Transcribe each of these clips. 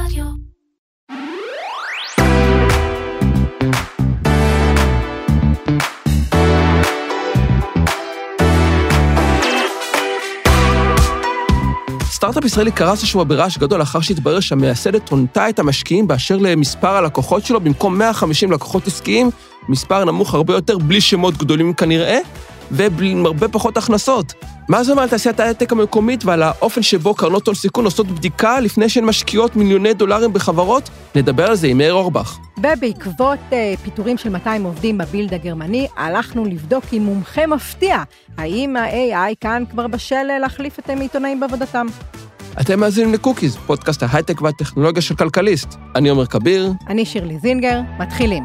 רדיו. סטארט-אפ ישראלי קרס השבוע ברעש גדול לאחר שהתברר שהמייסדת הונתה את המשקיעים באשר למספר הלקוחות שלו, במקום 150 לקוחות עסקיים, מספר נמוך הרבה יותר, בלי שמות גדולים כנראה, ועם הרבה פחות הכנסות. מה זה אומר על תעשיית ההייטק המקומית ועל האופן שבו קרנות הון סיכון עושות בדיקה לפני שהן משקיעות מיליוני דולרים בחברות? נדבר על זה עם מאיר אורבך. ובעקבות פיטורים של 200 עובדים בבילד הגרמני, הלכנו לבדוק עם מומחה מפתיע, האם ה-AI כאן כבר בשל להחליף את העיתונאים בעבודתם. אתם מאזינים לקוקיז, פודקאסט ההייטק והטכנולוגיה של כלכליסט. אני עומר כביר. אני שירלי זינגר. מתחילים.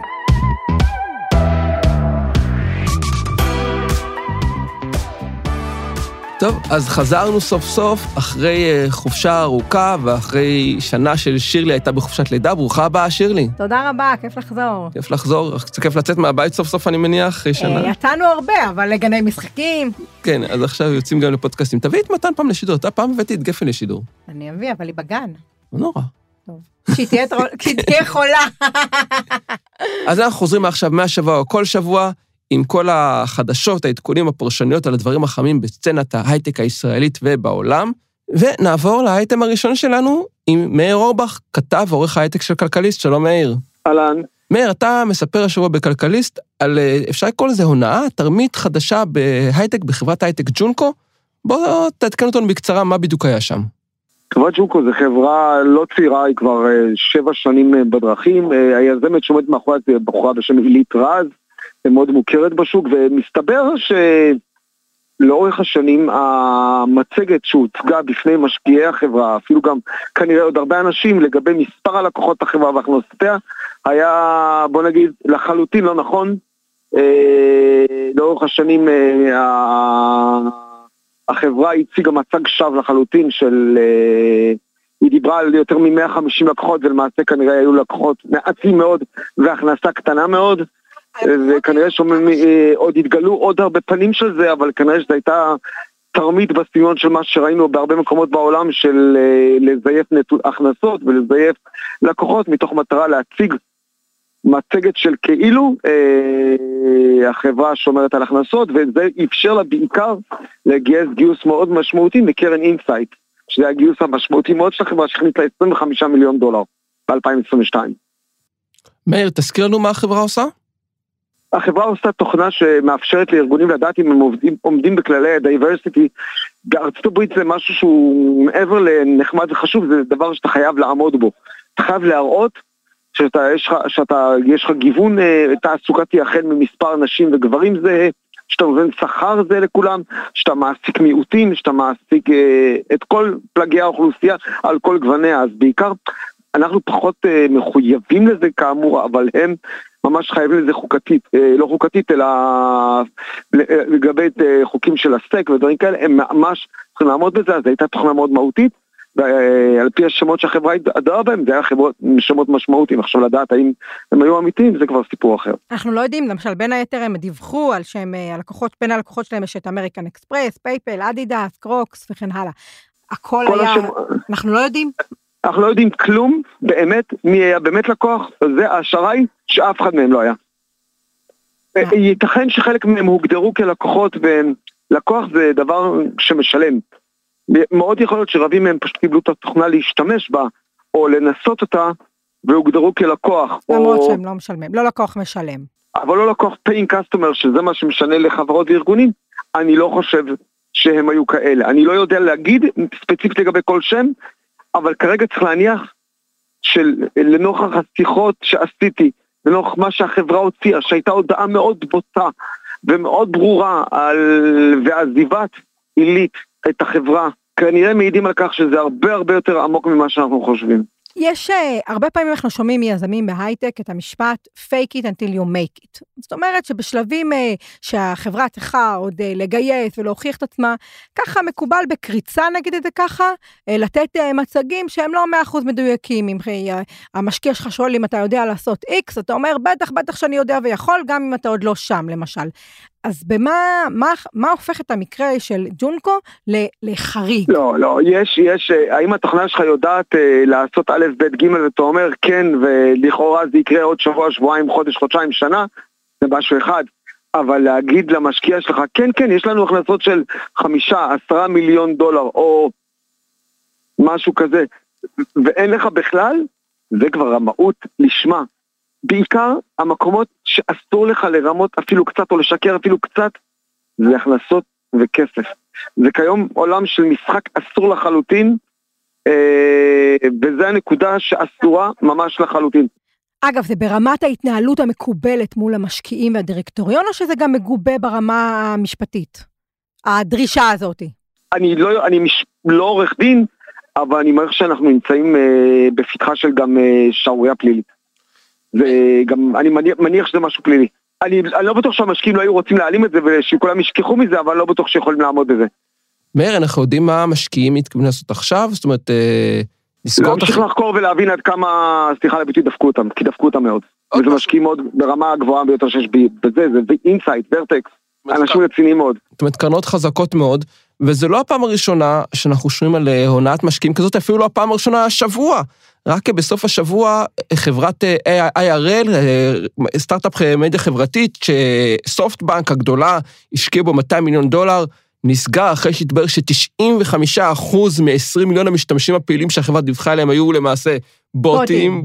טוב, אז חזרנו סוף סוף, אחרי חופשה ארוכה, ואחרי שנה של שירלי הייתה בחופשת לידה. ברוכה הבאה, שירלי. תודה רבה, כיף לחזור. כיף לחזור, זה כיף לצאת מהבית סוף סוף, אני מניח, אחרי שנה. יצאנו הרבה, אבל לגני משחקים. כן, אז עכשיו יוצאים גם לפודקאסטים. תביא את מתן פעם לשידור, אתה פעם הבאתי את גפן לשידור. אני אביא, אבל היא בגן. לא נורא. טוב, כשהיא תהיה חולה. אז אנחנו חוזרים עכשיו מהשבוע או כל שבוע, עם כל החדשות, העדכונים, הפרשניות על הדברים החמים בסצנת ההייטק הישראלית ובעולם, ונעבור לאייטם הראשון שלנו עם מאיר אורבך, כתב ועורך ההייטק של כלכליסט. שלום מאיר. אהלן. מאיר, אתה מספר השבוע בכלכליסט על, אפשר לקרוא לזה הונאה, תרמית חדשה בהייטק, בחברת הייטק ג'ונקו. בוא תעדכן אותנו בקצרה מה בדיוק היה שם. חברת ג'ונקו זו חברה לא צעירה, היא כבר 7 שנים בדרכים, היזמת שעומדת מאחורי בחורה בשם עילית רז, מאוד מוכרת בשוק, ומסתבר שלאורך השנים המצגת שהוצגה בפני משקיעי החברה, אפילו גם כנראה עוד הרבה אנשים לגבי מספר הלקוחות החברה והכנסותיה, היה, בוא נגיד, לחלוטין לא נכון. לאורך השנים החברה הציגה מצג שווא לחלוטין של, היא דיברה על יותר מ-150 לקוחות, ולמעשה כנראה היו לקוחות מעטים מאוד והכנסה קטנה מאוד, וכנראה שעוד התגלו עוד הרבה פנים של זה, אבל כנראה שזו הייתה תרמית בסגנון של מה שראינו בהרבה מקומות בעולם, של לזייף הכנסות ולזייף לקוחות, מתוך מטרה להציג מצגת של כאילו החברה שומרת על הכנסות, וזה אפשר לה בעיקר לגייס גיוס מאוד משמעותי מקרן אינסייט, שזה הגיוס המשמעותי מאוד של החברה, שהכניסה $25 מיליון ב-2022. מאיר, תזכיר לנו מה החברה עושה? החברה עושה תוכנה שמאפשרת לארגונים לדעת אם הם עומדים בכללי הדייברסיטי. בארצות הברית זה משהו שהוא מעבר לנחמד וחשוב, זה דבר שאתה חייב לעמוד בו. אתה חייב להראות שיש לך גיוון תעסוקתי החל ממספר נשים וגברים זה, שאתה נותן שכר זה לכולם, שאתה מעסיק מיעוטים, שאתה מעסיק את כל פלגי האוכלוסייה על כל גווניה. אז בעיקר אנחנו פחות מחויבים לזה כאמור, אבל הם ממש חייבים לזה חוקתית, לא חוקתית, אלא לגבי חוקים של הסק ודברים כאלה, הם ממש צריכים לעמוד בזה. אז הייתה תוכנה מאוד מהותית, ועל פי השמות שהחברה הדרה בהם, זה היה שמות משמעותיים. עכשיו לדעת האם הם היו אמיתיים, זה כבר סיפור אחר. אנחנו לא יודעים, למשל בין היתר הם דיווחו על שהם בין הלקוחות שלהם יש את אמריקן אקספרס, פייפל, אדידס, קרוקס וכן הלאה. הכל היה, אנחנו לא יודעים. אנחנו לא יודעים כלום, באמת, מי היה באמת לקוח, זה האשראי שאף אחד מהם לא היה. ייתכן שחלק מהם הוגדרו כלקוחות, ולקוח זה דבר שמשלם. מאוד יכול להיות שרבים מהם פשוט קיבלו את התוכנה להשתמש בה, או לנסות אותה, והוגדרו כלקוח. למרות שהם לא משלמים, לא לקוח משלם. אבל לא לקוח paying customer, שזה מה שמשנה לחברות וארגונים. אני לא חושב שהם היו כאלה. אני לא יודע להגיד ספציפית לגבי כל שם, אבל כרגע צריך להניח שלנוכח השיחות שעשיתי, לנוכח מה שהחברה הוציאה, שהייתה הודעה מאוד בוטה ומאוד ברורה ועזיבת עילית את החברה, כנראה מעידים על כך שזה הרבה הרבה יותר עמוק ממה שאנחנו חושבים. יש הרבה פעמים אנחנו שומעים מיזמים בהייטק את המשפט fake it until you make it. זאת אומרת שבשלבים שהחברה צריכה עוד לגייס ולהוכיח את עצמה, ככה מקובל בקריצה נגיד את זה ככה, לתת מצגים שהם לא 100% מדויקים. אם המשקיע שלך שואל אם אתה יודע לעשות X, אתה אומר בטח שאני יודע ויכול, גם אם אתה עוד לא שם למשל. אז מה הופך את המקרה של ג'ונקו לחריג? לא, האם התוכנה שלך יודעת לעשות א', א', ב', ג', ואתה אומר כן, ולכאורה זה יקרה עוד שבוע, שבועיים, חודש, חודשיים, שנה, זה משהו אחד. אבל להגיד למשקיע שלך, כן, כן, יש לנו הכנסות של 5-10 מיליון דולר, או משהו כזה, ואין לך בכלל, זה כבר רמאות לשמה. בעיקר המקומות שאסור לך לרמות אפילו קצת, או לשקר אפילו קצת, זה הכנסות וכסף. זה כיום עולם של משחק אסור לחלוטין, וזה הנקודה שאסורה ממש לחלוטין. אגב, זה ברמת ההתנהלות המקובלת מול המשקיעים והדירקטוריון, או שזה גם מגובה ברמה המשפטית? הדרישה הזאת. אני לא עורך דין, אבל אני מעריך שאנחנו נמצאים בפתחה של גם שערוריה פלילית. וגם אני מניח שזה משהו פלילי. אני לא בטוח שהמשקיעים לא היו רוצים להעלים את זה, ושכולם ישכחו מזה, אבל לא בטוח שיכולים לעמוד בזה. מאיר, אנחנו יודעים מה המשקיעים מתכוונים לעשות עכשיו? זאת אומרת, להמשיך לחקור ולהבין עד כמה, סליחה לביטוי, דפקו אותם, כי דפקו אותם מאוד. וזה משקיעים מאוד ברמה הגבוהה ביותר שיש בזה, זה אינסייט, ורטקס, אנשים רציניים מאוד. זאת אומרת, קרנות חזקות מאוד, וזה לא הפעם הראשונה שאנחנו שומעים על הונאת משקיעים כזאת, אפילו לא הפעם הראשונה השבוע. רק בסוף השבוע חברת IRL, סטארט-אפ מדיה חברתית, שסופטבנק הגדולה השקיע בו $200 מיליון, נסגר אחרי שהתברר ש95% מ-20 מיליון המשתמשים הפעילים שהחברה דיווחה עליהם היו למעשה בוטים,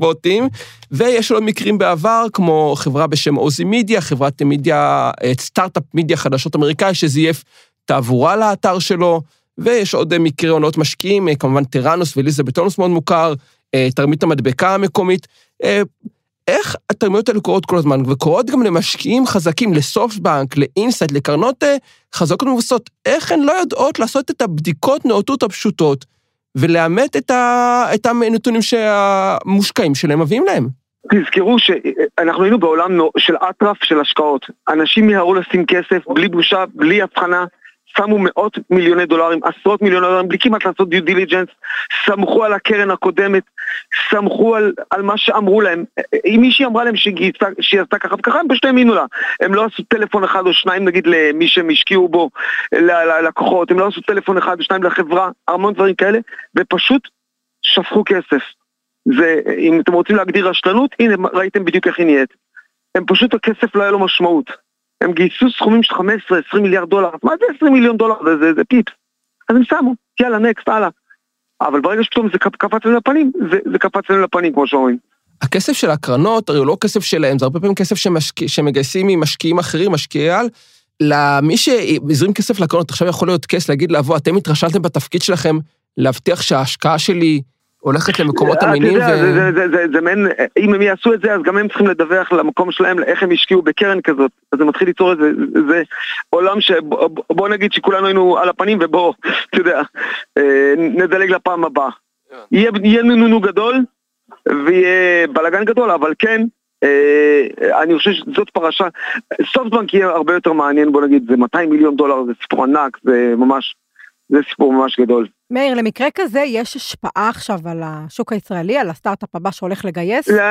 ויש לו מקרים בעבר, כמו חברה בשם אוזי מידיה, חברת מדיה, סטארט-אפ מדיה חדשות אמריקאי, שזייף תעבורה לאתר שלו, ויש עוד מקרי הונאות משקיעים, כמובן טרנוס ואליזבטונוס מאוד מוכר, תרמית המדבקה המקומית. איך התרמיות האלה קורות כל הזמן, וקורות גם למשקיעים חזקים, לסופטבנק, לאינסייט, לקרנות חזקות מבוססות, איך הן לא יודעות לעשות את הבדיקות נאותות הפשוטות, ולאמת את הנתונים שהמושקעים שלהם מביאים להם? תזכרו שאנחנו היינו בעולם של אטרף של השקעות. אנשים יהרו לשים כסף, בלי בושה, בלי הבחנה, שמו מאות מיליוני דולרים, עשרות מיליוני דולרים, בלי כמעט לעשות דיו דיליג'נס, סמכו על הקרן הקודמת, סמכו על מה שאמרו להם. אם מישהי אמרה להם שהיא עשתה ככה וככה, הם פשוט האמינו לה. הם לא עשו טלפון אחד או שניים, נגיד, למי שהם השקיעו בו, ללקוחות, הם לא עשו טלפון אחד או שניים לחברה, המון דברים כאלה, ופשוט שפכו כסף. אם אתם רוצים להגדיר רשלנות, הנה, ראיתם בדיוק איך היא נהיית. הם פשוט, הכסף לא היה לו משמעות. הם גייסו סכומים של 15-20 מיליארד דולר. מה זה 20 מיליון דולר? זה פיפ. אז הם שמו, יאללה, נקסט, הלאה. אבל ברגע שפתאום זה קפץ להם לפנים, זה קפץ להם לפנים, כמו שאומרים. הכסף של הקרנות, הרי הוא לא כסף שלהם, זה הרבה פעמים כסף שמגייסים ממשקיעים אחרים, משקיעי על, למי שהזרים כסף לקרנות, עכשיו יכול להיות כס להגיד לבוא, אתם התרשלתם בתפקיד שלכם, להבטיח שההשקעה שלי הולכת למקומות אמינים. זה מעין, אם הם יעשו את זה, אז גם הם צריכים לדווח למקום שלהם, איך הם השקיעו בקרן כזאת. אז זה מתחיל ליצור זה עולם שבוא נגיד שכולנו היינו על הפנים, ובוא, אתה יודע, נדלג לפעם הבאה. יהיה נונו גדול, ויהיה בלגן גדול, אבל כן, אני חושב שזאת פרשה, סופטבנק יהיה הרבה יותר מעניין, בוא נגיד, זה 200 מיליון דולר, זה סיפור ענק, זה סיפור ממש גדול. מאיר, למקרה כזה יש השפעה עכשיו על השוק הישראלי, על הסטארט-אפ הבא שהולך לגייס? לא,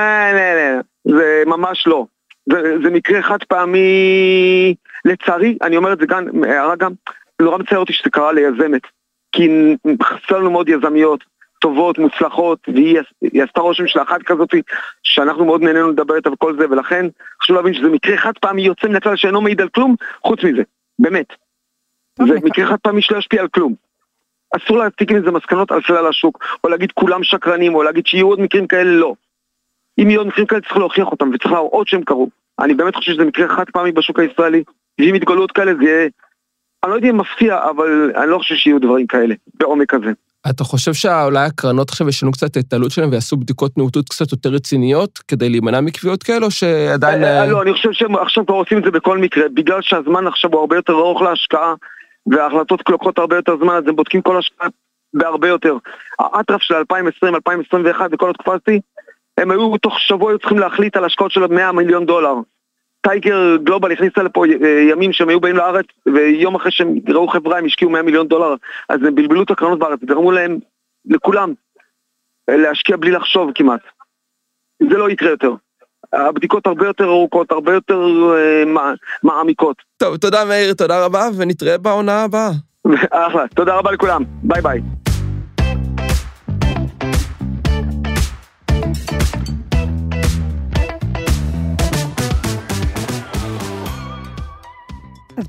זה ממש לא. זה מקרה חד פעמי, לצערי, אני אומר את זה גם, לא רב מצייר אותי שזה קרה ליזמת, כי חסר לנו מאוד יזמיות, טובות, מוצלחות, והיא עשתה רושם של אחת כזאת, שאנחנו מאוד נהנינו לדבר איתה וכל זה, ולכן חשוב להבין שזה מקרה חד פעמי יוצא מן הכלל שאינו מעיד על כלום, חוץ מזה, באמת. זה מקרה חד פעמי שלא ישפיע על כלום. אסור להציג עם זה מסקנות על כלל השוק, או להגיד כולם שקרנים, או להגיד שיהיו עוד מקרים כאלה, לא. אם יהיו עוד מקרים כאלה צריך להוכיח אותם, וצריך להראות שהם קרו. אני באמת חושב שזה מקרה חד פעמי בשוק הישראלי, ואם יתגלות כאלה זה יהיה, אני לא יודע אם מפתיע, אבל אני לא חושב שיהיו דברים כאלה, בעומק הזה. אתה חושב שאולי הקרנות עכשיו ישנו קצת את העלות שלהם, ויעשו בדיקות נאותות קצת יותר רציניות, כדי להימנע מקביעות כאלה, או שעדיין... לא, אני חושב שהם עכשיו כבר עושים את זה בכל מקרה, בגלל שהזמן עכשיו הוא הרבה יותר ארוך להשקעה, וההחלטות לוקחות הרבה יותר זמן, אז הם בודקים כל השקעה בהרבה יותר. האטרף של 2020, 2021 וכל התקופה הזאת, הם היו תוך שבוע צריכים להחליט על השקעות של $100 מיליון. טייגר גלובל הכניסה לפה ימים שהם היו באים לארץ, ויום אחרי שהם ראו חברה הם השקיעו $100 מיליון, אז הם בלבלו את הקרנות בארץ, גרמו להם, לכולם, להשקיע בלי לחשוב כמעט. זה לא יקרה יותר. הבדיקות הרבה יותר ארוכות, הרבה יותר מעמיקות. טוב, תודה מאיר, תודה רבה, ונתראה בעונה הבאה. אחלה, תודה רבה לכולם, ביי ביי.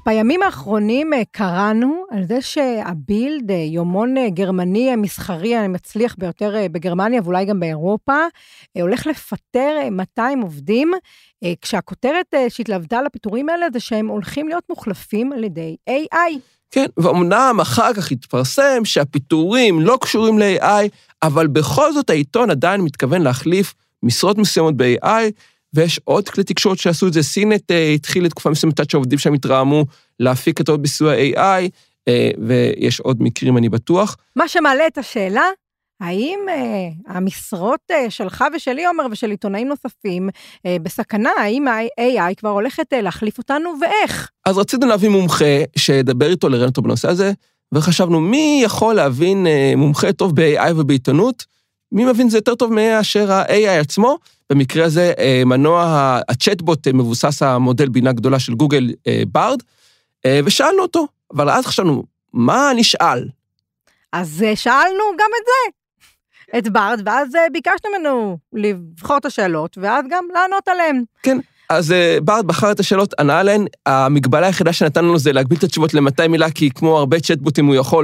בימים האחרונים קראנו על זה שהבילד, יומון גרמני המסחרי המצליח ביותר בגרמניה ואולי גם באירופה, הולך לפטר 200 עובדים, כשהכותרת שהתלוותה לפיטורים האלה זה שהם הולכים להיות מוחלפים על ידי AI. כן, ואומנם אחר כך התפרסם שהפיטורים לא קשורים ל-AI, אבל בכל זאת העיתון עדיין מתכוון להחליף משרות מסוימות ב-AI, ויש עוד כלי תקשורת שעשו את זה, סינט התחיל לתקופה מסוימת עד שהעובדים שם התרעמו להפיק כתבות בסיוע AI, ויש עוד מקרים אני בטוח. מה שמעלה את השאלה, האם המשרות שלך ושלי, עומר, ושל עיתונאים נוספים בסכנה, האם ה-AI כבר הולכת להחליף אותנו ואיך? אז רצינו להביא מומחה שידבר איתו, לראיין אותו בנושא הזה, וחשבנו מי יכול להבין מומחה טוב ב-AI ובעיתונות, מי מבין זה יותר טוב מאשר ה-AI עצמו, במקרה הזה מנוע הצ'טבוט מבוסס המודל בינה גדולה של גוגל ברד, ושאלנו אותו, אבל אז חשבנו, מה נשאל? אז שאלנו גם את זה, את ברד, ואז ביקשנו ממנו לבחור את השאלות, ואז גם לענות עליהן. כן, אז ברד בחר את השאלות, ענה עליהן, המגבלה היחידה שנתנו לו זה להגביל את התשובות ל-200 מילה, כי כמו הרבה צ'טבוטים הוא יכול...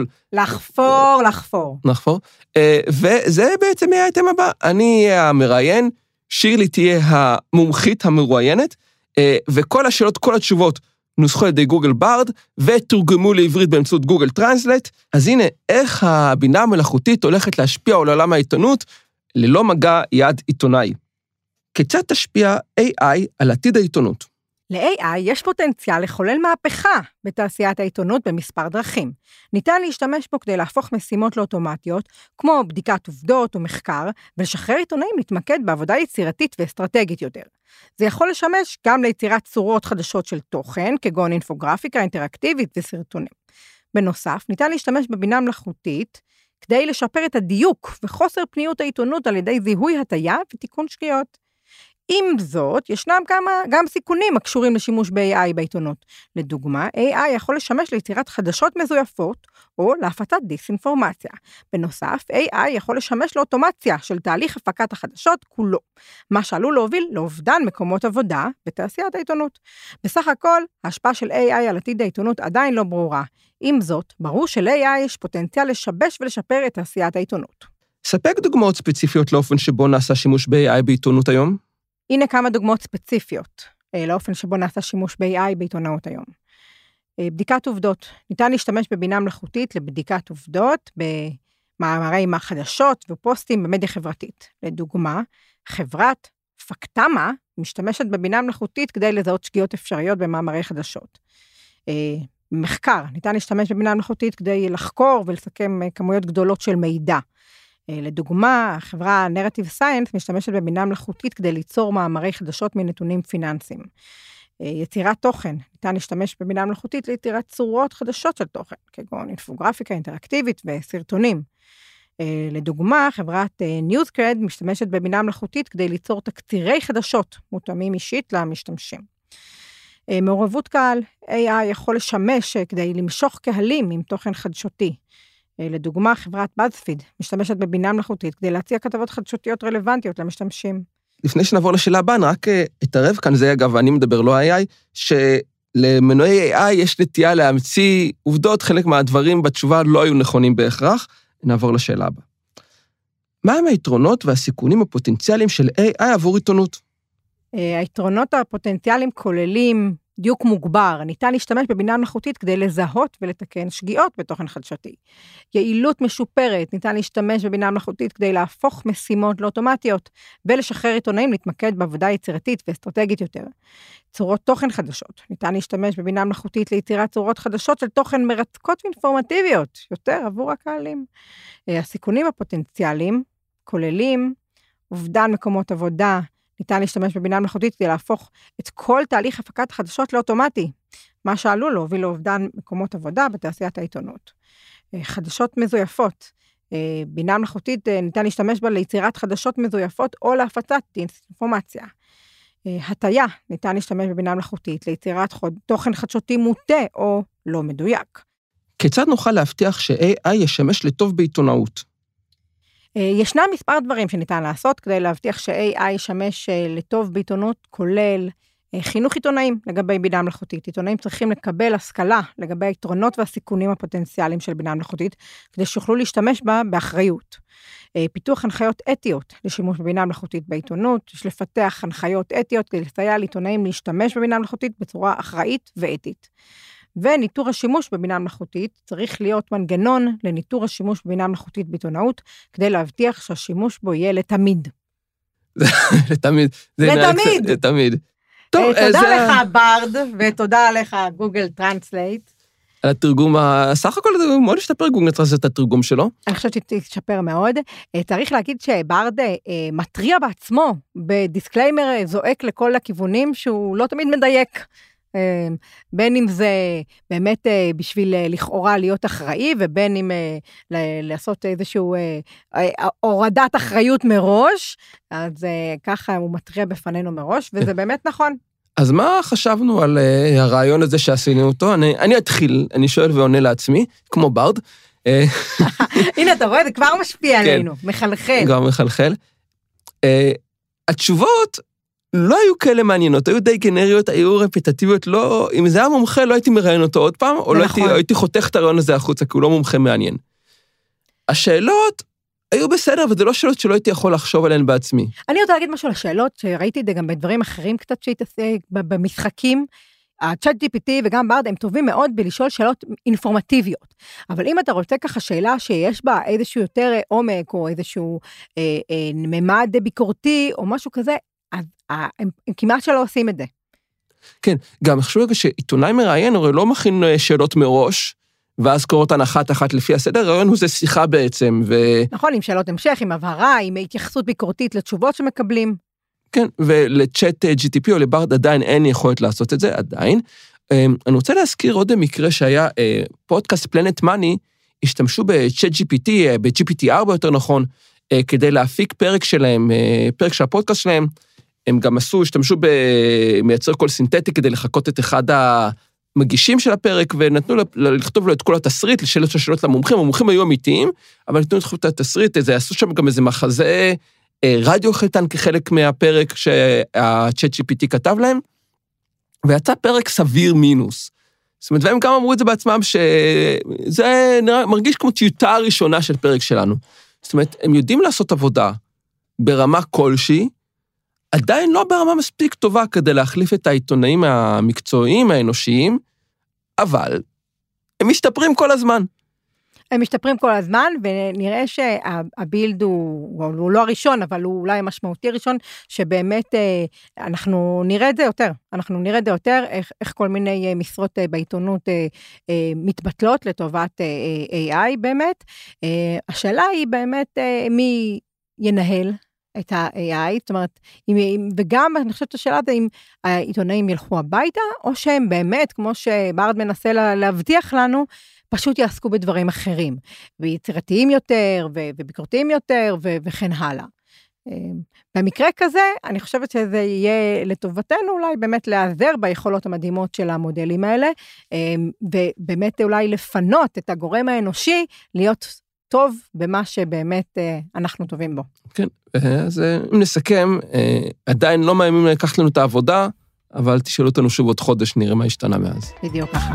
לחפור. וזה בעצם יהיה האייטם הבא. אני אהיה המראיין, שירלי תהיה המומחית המרואיינת, וכל השאלות, כל התשובות נוסחו על ידי גוגל ברד, ותורגמו לעברית באמצעות גוגל טרנסלייט. אז הנה, איך הבינה המלאכותית הולכת להשפיע על עולם העיתונות, ללא מגע יד עיתונאי. כיצד תשפיע AI על עתיד העיתונות? ל-AI יש פוטנציאל לחולל מהפכה בתעשיית העיתונות במספר דרכים. ניתן להשתמש בו כדי להפוך משימות לאוטומטיות, כמו בדיקת עובדות או מחקר, ולשחרר עיתונאים להתמקד בעבודה יצירתית ואסטרטגית יותר. זה יכול לשמש גם ליצירת צורות חדשות של תוכן, כגון אינפוגרפיקה אינטראקטיבית וסרטונים. בנוסף, ניתן להשתמש בבינה מלאכותית, כדי לשפר את הדיוק וחוסר פניות העיתונות על ידי זיהוי הטיה ותיקון שגיאות. עם זאת, ישנם גם סיכונים הקשורים לשימוש ב-AI בעיתונות. לדוגמה, AI יכול לשמש ליצירת חדשות מזויפות, או להפצת דיסאינפורמציה. בנוסף, AI יכול לשמש לאוטומציה של תהליך הפקת החדשות כולו, מה שעלול להוביל לאובדן מקומות עבודה בתעשיית העיתונות. בסך הכל, ההשפעה של AI על עתיד העיתונות עדיין לא ברורה. עם זאת, ברור של-AI יש פוטנציאל לשבש ולשפר את תעשיית העיתונות. ספק דוגמאות ספציפיות לאופן שבו נעשה שימוש ב-AI בעיתונות היום? הנה כמה דוגמאות ספציפיות לאופן שבו נעשה שימוש ב-AI בעיתונאות היום. בדיקת עובדות. ניתן להשתמש בבינה מלאכותית לבדיקת עובדות במאמרי חדשות ופוסטים במדיה חברתית. לדוגמה, חברת פקטמה משתמשת בבינה מלאכותית כדי לזהות שגיאות אפשריות במאמרי חדשות. מחקר. ניתן להשתמש בבינה מלאכותית כדי לחקור ולסכם כמויות גדולות של מידע. לדוגמה, החברה Narrative Science משתמשת בבינה מלאכותית כדי ליצור מאמרי חדשות מנתונים פיננסיים. יצירת תוכן, ניתן להשתמש בבינה מלאכותית ליצירת צורות חדשות של תוכן, כגון אינפוגרפיקה אינטראקטיבית וסרטונים. לדוגמה, חברת NewsCred משתמשת בבינה מלאכותית כדי ליצור תקצירי חדשות, מותאמים אישית למשתמשים. מעורבות קהל, AI יכול לשמש כדי למשוך קהלים עם תוכן חדשותי. לדוגמה, חברת BuzzFeed משתמשת בבינה מלאכותית כדי להציע כתבות חדשותיות רלוונטיות למשתמשים. לפני שנעבור לשאלה הבאה, אני רק אתערב כאן, זה אגב, אני מדבר לא AI, שלמנועי AI יש נטייה להמציא עובדות, חלק מהדברים בתשובה לא היו נכונים בהכרח. נעבור לשאלה הבאה. מהם היתרונות והסיכונים הפוטנציאליים של AI עבור עיתונות? היתרונות הפוטנציאליים כוללים דיוק מוגבר, ניתן להשתמש בבינה מלאכותית כדי לזהות ולתקן שגיאות בתוכן חדשותי. יעילות משופרת, ניתן להשתמש בבינה מלאכותית כדי להפוך משימות לאוטומטיות, ולשחרר עיתונאים להתמקד בעבודה יצירתית ואסטרטגית יותר. צורות תוכן חדשות, ניתן להשתמש בבינה מלאכותית ליצירת צורות חדשות של תוכן מרתקות ואינפורמטיביות, יותר עבור הקהלים. הסיכונים הפוטנציאליים כוללים אובדן מקומות עבודה, ניתן להשתמש בבינה מלאכותית כדי להפוך את כל תהליך הפקת החדשות לאוטומטי, מה שעלול להוביל לאובדן מקומות עבודה בתעשיית העיתונות. חדשות מזויפות, בינה מלאכותית ניתן להשתמש בה ליצירת חדשות מזויפות או להפצת דיסאינפורמציה. הטיה, ניתן להשתמש בבינה מלאכותית ליצירת תוכן חדשותי מוטה או לא מדויק. כיצד נוכל להבטיח ש-AI ישמש לטוב בעיתונאות? ישנם מספר דברים שניתן לעשות כדי להבטיח ש-AI ישמש לטוב בעיתונות, כולל חינוך עיתונאים לגבי בינה מלאכותית. עיתונאים צריכים לקבל השכלה לגבי היתרונות והסיכונים הפוטנציאליים של בינה מלאכותית, כדי שיוכלו להשתמש בה באחריות. פיתוח הנחיות אתיות לשימוש בבינה מלאכותית בעיתונות, יש לפתח הנחיות אתיות כדי לסייע לעיתונאים להשתמש בבינה מלאכותית בצורה אחראית ואתית. וניטור השימוש בבינה מלאכותית צריך להיות מנגנון לניטור השימוש בבינה מלאכותית בעיתונאות, כדי להבטיח שהשימוש בו יהיה לתמיד. לתמיד. לתמיד. תודה לך ברד, ותודה לך גוגל טרנסלייט. על התרגום, סך הכל מאוד השתפר גוגל טרנסלייט את התרגום שלו. אני חושבת שתשתפר מאוד. צריך להגיד שברד מטריע בעצמו, בדיסקליימר זועק לכל הכיוונים, שהוא לא תמיד מדייק. בין אם זה באמת בשביל לכאורה להיות אחראי, ובין אם לעשות איזשהו הורדת אחריות מראש, אז ככה הוא מטריע בפנינו מראש, וזה באמת נכון. אז מה חשבנו על הרעיון הזה שעשינו אותו? אני אתחיל, אני שואל ועונה לעצמי, כמו ברד. הנה, אתה רואה, זה כבר משפיע עלינו, מחלחל. גם מחלחל. התשובות לא היו כאלה מעניינות, היו די גנריות, היו רפטטיביות, לא, אם זה היה מומחה, לא הייתי מראיין אותו עוד פעם, או לא הייתי חותך את הרעיון הזה החוצה, כי הוא לא מומחה מעניין. השאלות היו בסדר, וזה לא שאלות שלא הייתי יכול לחשוב עליהן בעצמי. אני רוצה להגיד משהו על השאלות, שראיתי את זה גם בדברים אחרים קצת שהתעסק, במשחקים, הצ'אט GPT וגם ברד, הם טובים מאוד בלשאול שאלות אינפורמטיביות. אבל אם אתה רוצה ככה שאלה שיש בה איזשהו יותר עומק, או איזשהו ממד ביקורתי, או משהו כזה, אז הם כמעט שלא עושים את זה. כן, גם חשוב רגע שעיתונאי מראיין, הרי לא מכין שאלות מראש, ואז קורא אותן אחת לפי הסדר, הרעיון הוא זה שיחה בעצם. נכון, עם שאלות המשך, עם הבהרה, עם התייחסות ביקורתית לתשובות שמקבלים. כן, ולצ'אט GTP או לברד עדיין אין יכולת לעשות את זה, עדיין. אני רוצה להזכיר עוד מקרה שהיה פודקאסט פלנט מאני, השתמשו בצ'אט GPT, ב-GPT-4 יותר נכון, כדי להפיק פרק שלהם, פרק של הפודקאסט שלהם, הם גם השתמשו במייצר קול סינתטי כדי לחכות את אחד המגישים של הפרק, ונתנו לכתוב לו את כל התסריט, לשאלות השאלות למומחים, המומחים היו אמיתיים, אבל נתנו לכתוב את התסריט, עשו שם גם איזה מחזה רדיו חלטן כחלק מהפרק שהצ'אט GPT כתב להם, ויצא פרק סביר מינוס. זאת אומרת, והם גם אמרו את זה בעצמם, שזה מרגיש כמו טיוטה הראשונה של פרק שלנו. זאת אומרת, הם יודעים לעשות עבודה ברמה כלשהי, עדיין לא ברמה מספיק טובה כדי להחליף את העיתונאים המקצועיים, האנושיים, אבל הם משתפרים כל הזמן. הם משתפרים כל הזמן, ונראה שהבילד הוא לא הראשון, אבל הוא אולי המשמעותי הראשון, שבאמת אנחנו נראה את זה יותר. אנחנו נראה את זה יותר, איך כל מיני משרות בעיתונות מתבטלות לטובת AI באמת. השאלה היא באמת מי ינהל את ה-AI, זאת אומרת, וגם אני חושבת השאלה זה אם העיתונאים ילכו הביתה, או שהם באמת, כמו שברד מנסה להבטיח לנו, פשוט יעסקו בדברים אחרים, ויצירתיים יותר, וביקורתיים יותר, וכן הלאה. במקרה כזה, אני חושבת שזה יהיה לטובתנו, אולי באמת להיעזר ביכולות המדהימות של המודלים האלה, ובאמת אולי לפנות את הגורם האנושי, להיות טוב במה שבאמת אנחנו טובים בו. כן, אז אם נסכם, עדיין לא מאיימים לקחת לנו את העבודה, אבל תשאלו אותנו שוב עוד חודש, נראה מה השתנה מאז. בדיוק ככה.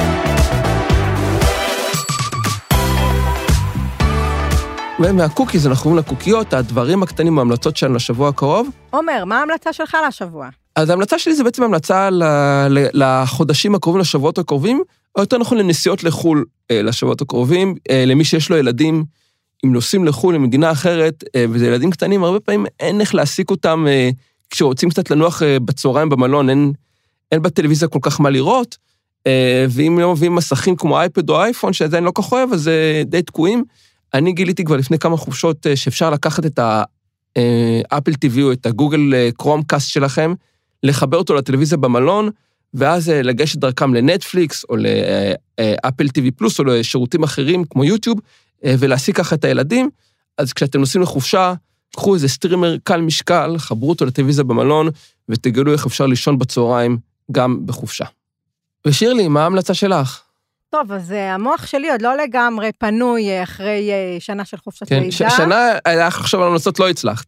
ומהקוקיז אנחנו עוברים לקוקיות, הדברים הקטנים וההמלצות שלנו לשבוע הקרוב. עומר, מה ההמלצה שלך לשבוע? אז ההמלצה שלי זה בעצם המלצה לחודשים הקרובים, לשבועות הקרובים, או יותר נכון לנסיעות לחול לשבועות הקרובים, למי שיש לו ילדים, אם נוסעים לחול למדינה אחרת, וזה ילדים קטנים, הרבה פעמים אין איך להעסיק אותם, כשרוצים קצת לנוח בצהריים במלון, אין בטלוויזיה כל כך מה לראות, ואם לא מביאים מסכים כמו אייפד או אייפון, שעדיין לא כך אוהב, אז זה די תקועים. אני גיליתי כבר לפני כמה חופשות שאפשר לקחת את האפל TV או את הגוגל קרומקאסט שלכם, לחבר אותו לטלוויזיה במלון, ואז לגשת דרכם לנטפליקס או לאפל TV פלוס או לשירותים אחרים כמו יוטיוב, ולהשיג ככה את הילדים. אז כשאתם נוסעים לחופשה, קחו איזה סטרימר קל משקל, חברו אותו לטלוויזיה במלון, ותגלו איך אפשר לישון בצהריים גם בחופשה. ושירלי, מה ההמלצה שלך? טוב, אז המוח שלי עוד לא לגמרי פנוי אחרי שנה של חופשת לידה. שנה, עכשיו על המלצות לא הצלחת.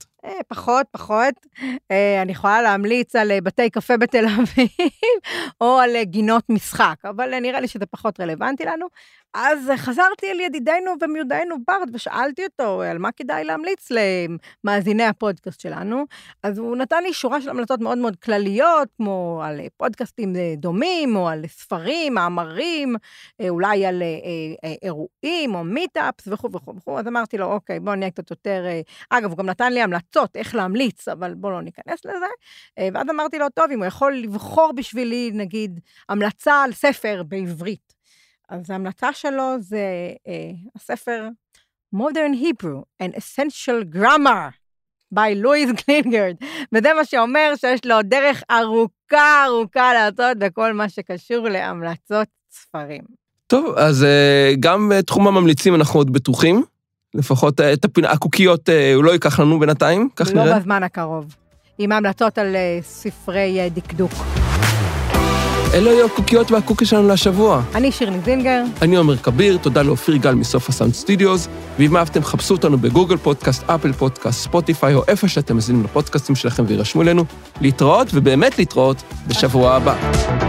פחות. אני יכולה להמליץ על בתי קפה בתל אביב, או על גינות משחק, אבל נראה לי שזה פחות רלוונטי לנו. אז חזרתי אל ידידנו ומיודענו ברד, ושאלתי אותו על מה כדאי להמליץ למאזיני הפודקאסט שלנו. אז הוא נתן לי שורה של המלצות מאוד מאוד כלליות, כמו על פודקאסטים דומים, או על ספרים, מאמרים, אולי על אירועים או מיטאפס וכו'. אז אמרתי לו, אוקיי, בוא נהיה קצת יותר... אגב, הוא גם נתן לי המלצות איך להמליץ, אבל בוא לא ניכנס לזה. ואז אמרתי לו, טוב, אם הוא יכול לבחור בשבילי, נגיד, המלצה על ספר בעברית. אז ההמלצה שלו זה הספר Modern Hebrew, an Essential Grammar, by לואיס גלינגרד, וזה מה שאומר שיש לו דרך ארוכה לעשות בכל מה שקשור להמלצות ספרים. טוב, אז גם תחום הממליצים אנחנו עוד בטוחים, לפחות את הקוקיות הוא לא ייקח לנו בינתיים, כך נראה. לא בזמן הקרוב, עם המלצות על ספרי דקדוק. אלו היו הקוקיות והקוקי שלנו לשבוע. אני שירלי זינגר. אני עומר כביר, תודה לאופיר גל מסוף הסאונד סטודיוס, ואם אהבתם חפשו אותנו בגוגל פודקאסט, אפל פודקאסט, ספוטיפיי, או איפה שאתם מזינים לפודקאסטים שלכם וירשמו לנו להתראות, ובאמת להתראות בשבוע הבא.